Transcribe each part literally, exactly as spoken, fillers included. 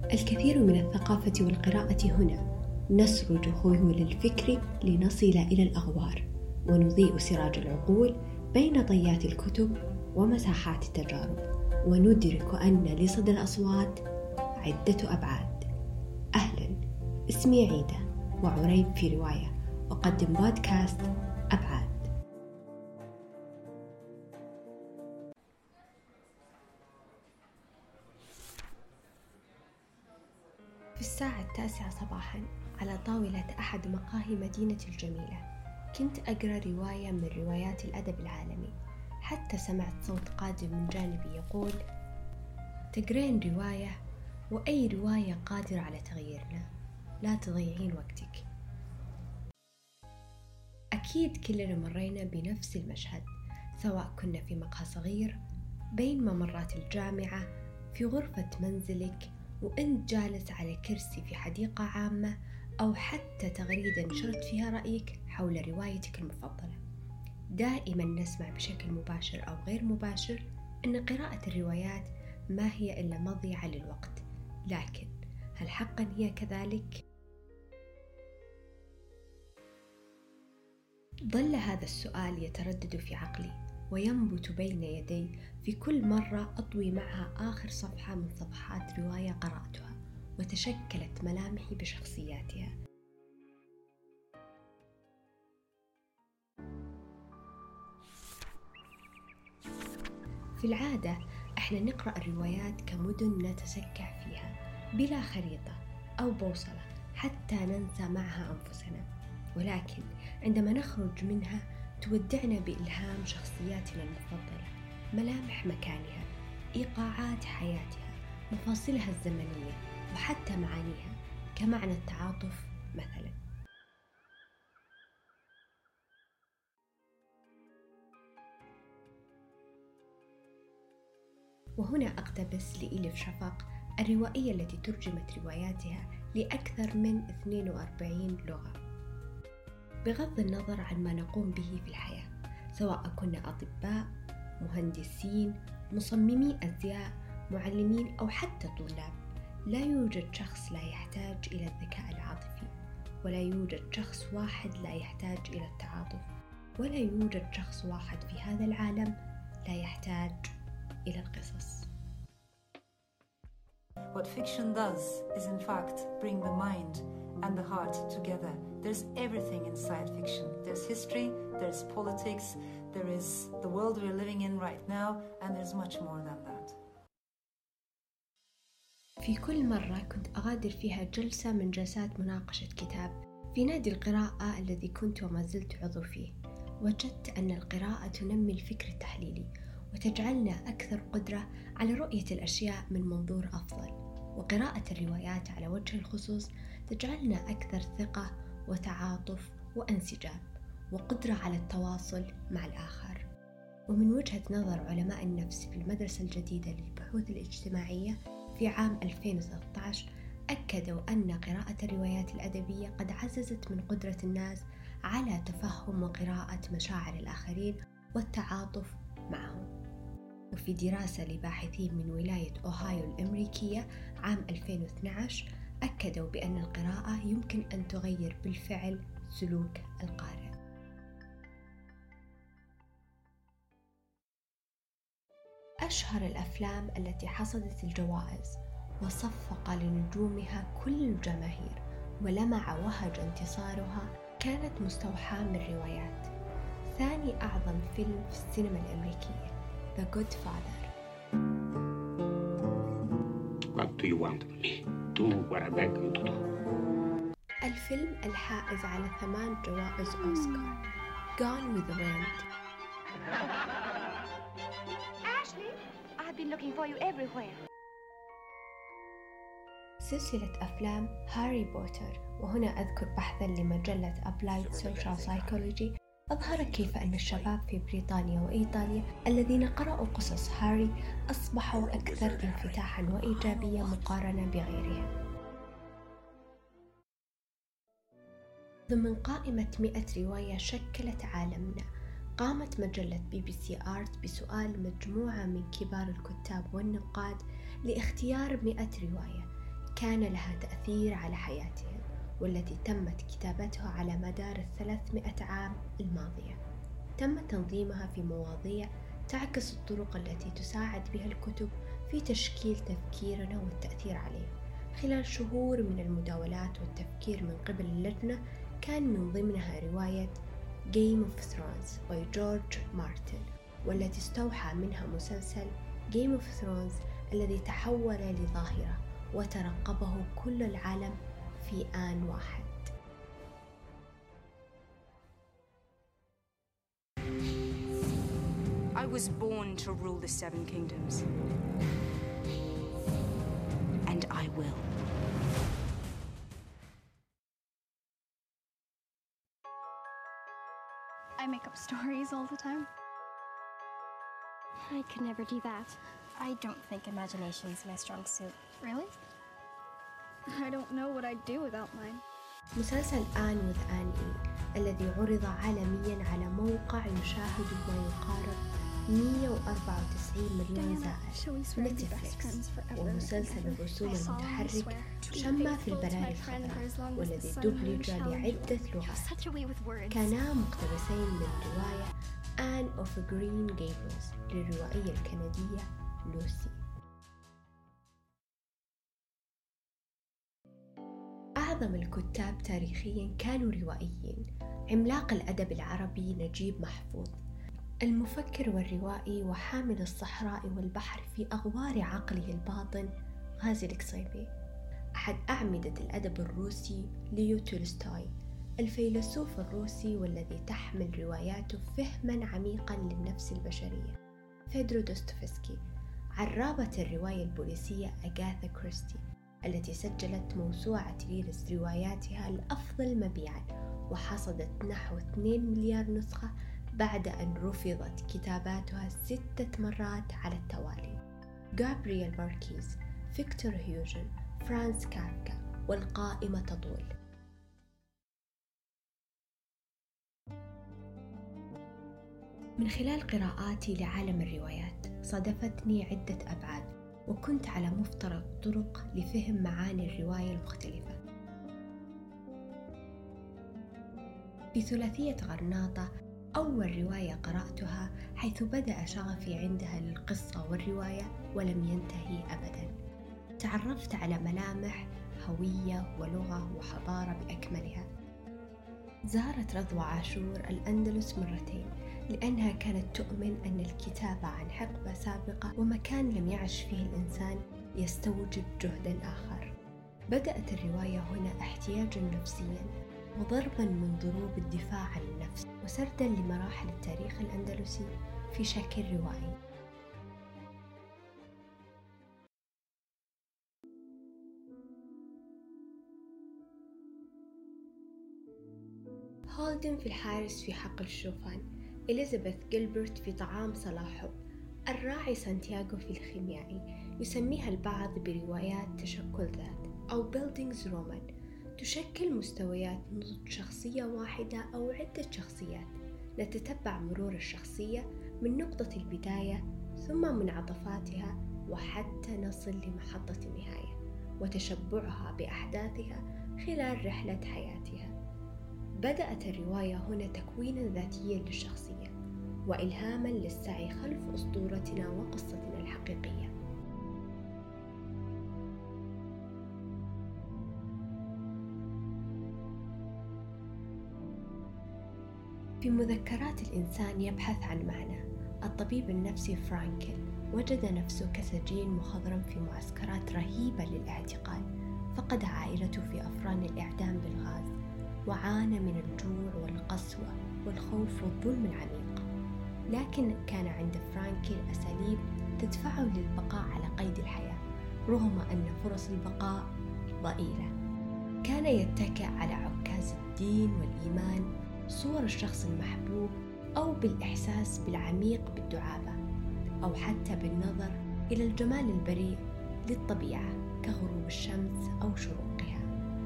الكثير من الثقافة والقراءة هنا. نسرج خيول الفكر لنصل إلى الأغوار، ونضيء سراج العقول بين طيات الكتب ومساحات التجارب، وندرك أن لصدى الأصوات عدة أبعاد. أهلا، اسمي عيدة وعريب في رواية، أقدم بودكاست أبعاد. في الساعة التاسعة صباحا على طاولة أحد مقاهي مدينة الجميلة كنت أقرأ رواية من روايات الأدب العالمي، حتى سمعت صوت قادم من جانبي يقول: تقرين رواية، وأي رواية قادرة على تغييرنا، لا تضيعين وقتك. أكيد كلنا مرينا بنفس المشهد، سواء كنا في مقهى صغير، بين ممرات الجامعة، في غرفة منزلك، وأنت جالس على كرسي في حديقة عامة، أو حتى تغريدة نشرت فيها رأيك حول روايتك المفضلة. دائما نسمع بشكل مباشر أو غير مباشر أن قراءة الروايات ما هي إلا مضيعة للوقت، لكن هل حقا هي كذلك؟ ظل هذا السؤال يتردد في عقلي وينبت بين يدي في كل مرة أطوي معها آخر صفحة من صفحات رواية قرأتها، وتشكلت ملامحي بشخصياتها. في العادة احنا نقرأ الروايات كمدن نتسكع فيها بلا خريطة أو بوصلة حتى ننسى معها أنفسنا، ولكن عندما نخرج منها تودعنا بإلهام شخصياتنا المفضلة، ملامح مكانها، إيقاعات حياتها، مفاصلها الزمنية، وحتى معانيها، كمعنى التعاطف مثلا. وهنا أقتبس لإليف شفق الروائية التي ترجمت رواياتها لأكثر من اثنين وأربعين لغة، بغض النظر عن ما نقوم به في الحياة، سواء كنا أطباء، مهندسين، مصممي أزياء، معلمين، أو حتى طلاب. لا يوجد شخص لا يحتاج إلى الذكاء العاطفي، ولا يوجد شخص واحد لا يحتاج إلى التعاطف، ولا يوجد شخص واحد في هذا العالم لا يحتاج إلى القصص. What fiction does is in fact bring the mind and the heart together. There's everything inside fiction. There's history, there's politics, there is the world we're living in right now, and there's much more than that. في كل مرة كنت أغادر فيها جلسة من جلسات مناقشة كتاب في نادي القراءة الذي كنت وما زلت عضو فيه، وجدت أن القراءة تنمي الفكر التحليلي وتجعلنا أكثر قدرة على رؤية الأشياء من منظور أفضل، وقراءة الروايات على وجه الخصوص تجعلنا أكثر ثقة وتعاطف وانسجام وقدرة على التواصل مع الآخر. ومن وجهة نظر علماء النفس في المدرسة الجديدة للبحوث الاجتماعية في عام ألفين وثلاثة عشر أكدوا أن قراءة الروايات الأدبية قد عززت من قدرة الناس على تفهم وقراءة مشاعر الآخرين والتعاطف معهم. وفي دراسة لباحثين من ولاية أوهايو الأمريكية عام ألفين واثني عشر أكدوا بأن القراءة يمكن أن تغير بالفعل سلوك القارئ. أشهر الأفلام التي حصدت الجوائز وصفق لنجومها كل الجماهير ولمع وهج انتصارها كانت مستوحاة من روايات. ثاني أعظم فيلم في السينما الأمريكية The Godfather. What do you want of me? Do what I beg you to do. الفيلم الحائز على ثمان جوائز أوسكار Gone with the Wind. Ashley, I've been looking for you everywhere. سلسلة أفلام هاري بوتر، وهنا أذكر بحثاً لمجلة Applied Social Psychology أظهر كيف أن الشباب في بريطانيا وإيطاليا الذين قرأوا قصص هاري أصبحوا أكثر انفتاحاً وإيجابية مقارنة بغيرهم. ضمن قائمة مئة رواية شكلت عالمنا، قامت مجلة بي بي سي آرت بسؤال مجموعة من كبار الكتاب والنقاد لاختيار مئة رواية كان لها تأثير على حياتهم، والتي تمت كتابتها على مدار الثلاثمائة عام الماضية. تم تنظيمها في مواضيع تعكس الطرق التي تساعد بها الكتب في تشكيل تفكيرنا والتأثير عليه. خلال شهور من المداولات والتفكير من قبل اللجنة، كان من ضمنها رواية Game of Thrones وجورج مارتن، والتي استوحى منها مسلسل Game of Thrones الذي تحول لظاهرة وترقبه كل العالم في آن واحد. I was born to rule the Seven Kingdoms. And I will. I make up stories all the time. I could never do that. I don't think imagination's my strong suit. Really? I don't know what I'd do without mine. مسلسل آن with آن إي الذي عرض عالمياً على موقع يشاهد ما يقارب مئة وأربعة وتسعين مليون زائر نتفليكس، ومسلسل الرسوم المتحرك شمع في البلاد الخضراء والذي دبلج لعدة لغات. كانا مقتبسين من رواية آن أوف جرين جيبلز للروائية الكندية لوسي. أعظم الكتاب تاريخياً كانوا روائيين. عملاق الأدب العربي نجيب محفوظ، المفكر والروائي وحامل الصحراء والبحر في أغوار عقله الباطن غازي القصيبي. أحد أعمدة الأدب الروسي ليو تولستوي، الفيلسوف الروسي والذي تحمل رواياته فهماً عميقاً للنفس البشرية فيدرو دوستويفسكي. عرابة الرواية البوليسية أغاثا كريستي التي سجلت موسوعة ريلز رواياتها الأفضل مبيعاً وحصدت نحو اثنين مليار نسخة بعد أن رفضت كتاباتها ستة مرات على التوالي. غابرييل ماركيز، فيكتور هيوجن، فرانز كافكا، والقائمة تطول. من خلال قراءاتي لعالم الروايات صادفتني عدة أبعاد، وكنت على مفترق طرق لفهم معاني الرواية المختلفة. في ثلاثية غرناطة أول رواية قرأتها، حيث بدأ شغفي عندها للقصة والرواية ولم ينتهي أبداً. تعرفت على ملامح، هوية ولغة وحضارة بأكملها. زارت رضوى عاشور الأندلس مرتين لأنها كانت تؤمن أن الكتابة عن حقبة سابقة ومكان لم يعش فيه الإنسان يستوجب جهداً آخر. بدأت الرواية هنا احتياجاً نفسياً وضرباً من ضروب الدفاع عن النفس، وسرداً لمراحل التاريخ الأندلسي في شكل روائي. هولدن في الحارس في حقل الشوفان، إليزابيث جيلبرت في طعام صلاح حب، الراعي سانتياغو في الخيميائي. يسميها البعض بروايات تشكل ذات أو Buildings Roman، تشكل مستويات نضج شخصية واحدة أو عدة شخصيات. نتتبع مرور الشخصية من نقطة البداية ثم منعطفاتها وحتى نصل لمحطة النهاية وتشبعها بأحداثها خلال رحلة حياتها. بدأت الرواية هنا تكويناً ذاتياً للشخصية وإلهاماً للسعي خلف أسطورتنا وقصتنا الحقيقية. في مذكرات الإنسان يبحث عن معنى، الطبيب النفسي فرانكل وجد نفسه كسجين مخضرم في معسكرات رهيبة للاعتقال. فقد عائلته في أفران الإعدام بالغاز، وعانى من الجوع والقسوة والخوف والظلم العميق. لكن كان عند فرانكل أساليب تدفعه للبقاء على قيد الحياة رغم أن فرص البقاء ضئيلة. كان يتكئ على عكاز الدين والإيمان، صور الشخص المحبوب، أو بالإحساس بالعميق بالدعابة، أو حتى بالنظر إلى الجمال البريء للطبيعة كغروب الشمس أو شروقها.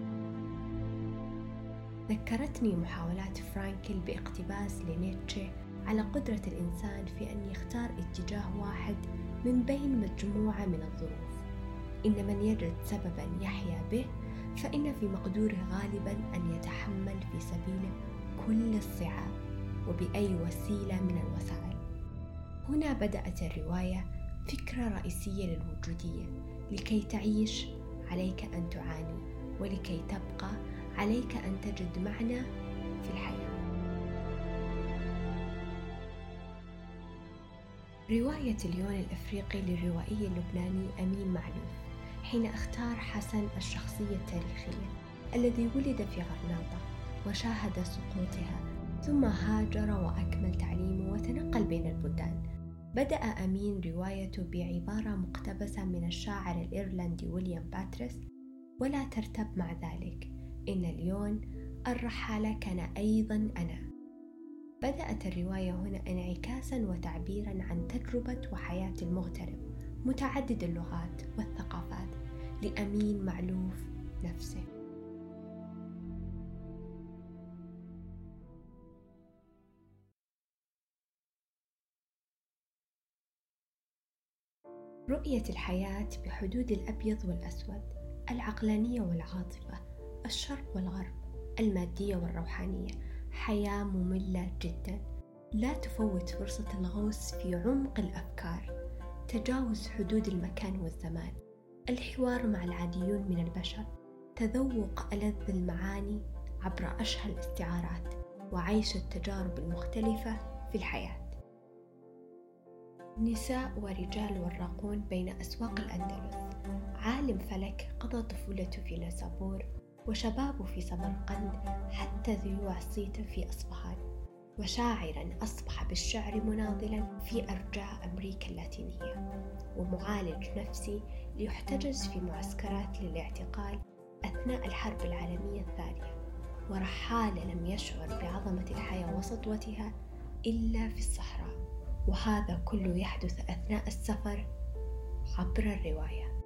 ذكرتني محاولات فرانكل باقتباس لنيتشه على قدرة الإنسان في أن يختار اتجاه واحد من بين مجموعة من الظروف. إن من يجد سببا يحيا به فإن في مقدوره غالبا أن يتحمل في سبيله كل الصعاب وبأي وسيلة من الوسائل. هنا بدأت الرواية فكرة رئيسية للوجودية: لكي تعيش عليك أن تعاني، ولكي تبقى عليك أن تجد معنى في الحياة. رواية اليون الإفريقي للروائي اللبناني أمين معلوف حين اختار حسن الشخصية التاريخية الذي ولد في غرناطة وشاهد سقوطها ثم هاجر وأكمل تعليمه وتنقل بين البلدان. بدأ أمين روايته بعبارة مقتبسة من الشاعر الإيرلندي ويليام باتريس: ولا ترتب مع ذلك إن اليون الرحالة كان أيضا أنا. بدأت الرواية هنا انعكاسا وتعبيرا عن تجربة وحياة المغترب متعدد اللغات والثقافات لأمين معلوف نفسه. رؤية الحياة بحدود الأبيض والأسود، العقلانية والعاطفة، الشرق والغرب، المادية والروحانية، حياة مملة جدا لا تفوت فرصة الغوص في عمق الأفكار، تجاوز حدود المكان والزمان، الحوار مع العاديون من البشر، تذوق ألذ المعاني عبر أشهى الاستعارات، وعيش التجارب المختلفة في الحياة. نساء ورجال وراقون بين أسواق الأندلس، عالم فلك قضى طفولته في نيسابور وشبابه في سمرقند حتى ذيوع صيته في أصفهان، وشاعرا أصبح بالشعر مناضلا في أرجاء أمريكا اللاتينية، ومعالج نفسي ليحتجز في معسكرات للاعتقال أثناء الحرب العالمية الثانية، ورحال لم يشعر بعظمة الحياة وسطوتها إلا في الصحراء، وهذا كله يحدث أثناء السفر عبر الرواية.